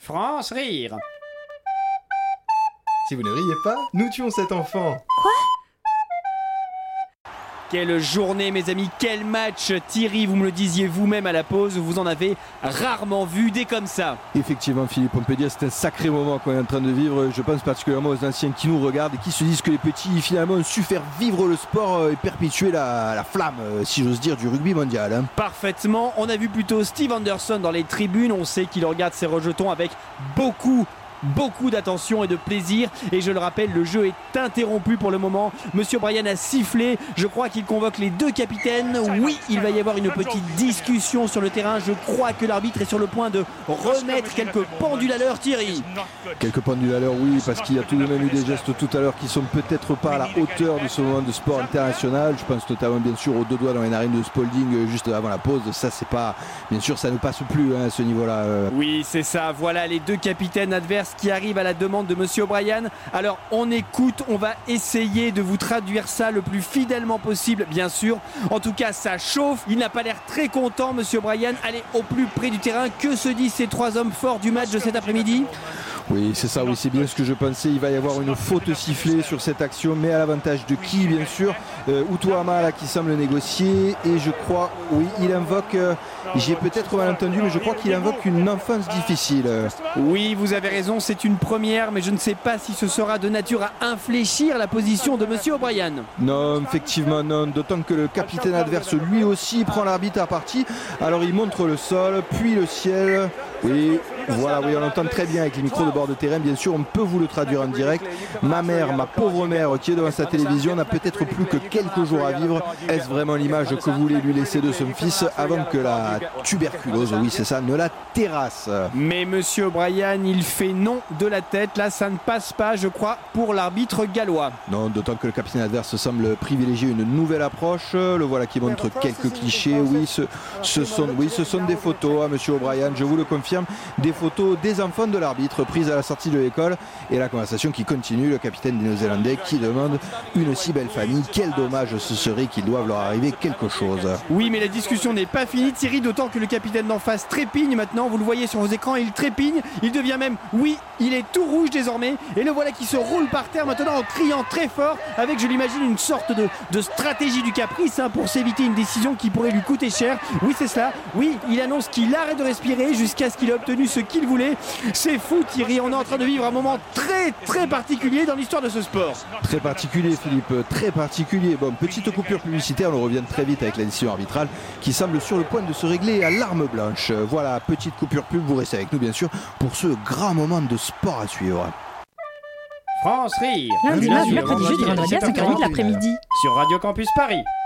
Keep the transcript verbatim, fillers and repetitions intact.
France rire. Si vous ne riez pas, nous tuons cet enfant. Quoi ? Quelle journée mes amis, quel match. Thierry, vous me le disiez vous-même à la pause, vous en avez rarement vu des comme ça. Effectivement Philippe, on peut dire que c'est un sacré moment qu'on est en train de vivre. Je pense particulièrement aux anciens qui nous regardent et qui se disent que les petits finalement ont su faire vivre le sport et perpétuer la, la flamme, si j'ose dire, du rugby mondial. Hein. Parfaitement, on a vu plutôt Steve Anderson dans les tribunes, on sait qu'il regarde ses rejetons avec beaucoup Beaucoup d'attention et de plaisir, et je le rappelle, le jeu est interrompu pour le moment. Monsieur Bryan a sifflé, je crois qu'il convoque les deux capitaines. Oui, il va y avoir une petite discussion sur le terrain. Je crois que l'arbitre est sur le point de remettre quelques pendules à l'heure. Thierry, quelques pendules à l'heure, oui, parce qu'il y a tout de même eu des gestes tout à l'heure qui sont peut-être pas à la hauteur de ce moment de sport international. Je pense notamment bien sûr aux deux doigts dans les narines de Spalding juste avant la pause. Ça, c'est pas, bien sûr, ça ne passe plus hein, à ce niveau-là. Oui, c'est ça, voilà les deux capitaines adverses qui arrive à la demande de Monsieur O'Brien. Alors on écoute, on va essayer de vous traduire ça le plus fidèlement possible, bien sûr. En tout cas, ça chauffe. Il n'a pas l'air très content, Monsieur O'Brien. Allez au plus près du terrain. Que se disent ces trois hommes forts du match de cet après-midi ? Oui, c'est ça, oui, c'est bien ce que je pensais. Il va y avoir une faute sifflée sur cette action, mais à l'avantage de qui, bien sûr euh, Utoama là qui semble négocier, et je crois, oui, il invoque, euh, j'ai peut-être mal entendu, mais je crois qu'il invoque une enfance difficile. Oui, vous avez raison, c'est une première, mais je ne sais pas si ce sera de nature à infléchir la position de Monsieur O'Brien. Non, effectivement, non, d'autant que le capitaine adverse, lui aussi, prend l'arbitre à partie. Alors il montre le sol, puis le ciel. Oui, voilà, oui, on entend très bien avec les micros de bord de terrain, bien sûr, on peut vous le traduire en direct. Ma mère, ma pauvre mère qui est devant sa télévision n'a peut-être plus que quelques jours à vivre. Est-ce vraiment l'image que vous voulez lui laisser de son fils avant que la tuberculose, oui c'est ça, ne la terrasse? Mais Monsieur O'Brien, il fait non de la tête, là ça ne passe pas, je crois, pour l'arbitre gallois. Non, d'autant que le capitaine adverse semble privilégier une nouvelle approche. Le voilà qui montre quelques clichés. Oui, ce, ce, sont, oui, ce sont des photos, hein, Monsieur O'Brien, je vous le confirme, des photos des enfants de l'arbitre prises à la sortie de l'école, et la conversation qui continue, le capitaine des Néo-Zélandais qui demande une si belle famille, quel dommage ce serait qu'il doive leur arriver quelque chose. Oui, mais la discussion n'est pas finie, Thierry, d'autant que le capitaine d'en face trépigne maintenant, vous le voyez sur vos écrans, il trépigne, il devient même, oui, il est tout rouge désormais, et le voilà qui se roule par terre maintenant en criant très fort, avec, je l'imagine, une sorte de, de stratégie du caprice hein, pour s'éviter une décision qui pourrait lui coûter cher. Oui, c'est cela, oui, il annonce qu'il arrête de respirer jusqu'à ce qu'il ait obtenu ce qu'il voulait. C'est fou, Thierry, on est en train de vivre un moment très très particulier dans l'histoire de ce sport. Très particulier, Philippe, très particulier. Bon, petite coupure publicitaire, on revient très vite avec la décision arbitrale qui semble sur le point de se régler à l'arme blanche. Voilà, petite coupure pub, vous restez avec nous bien sûr pour ce grand moment de sport à suivre. France Rire. Lundi, mardi, mercredi, jeudi, vendredi à cinq heures trente de l'après-midi. Sur Radio Campus Paris.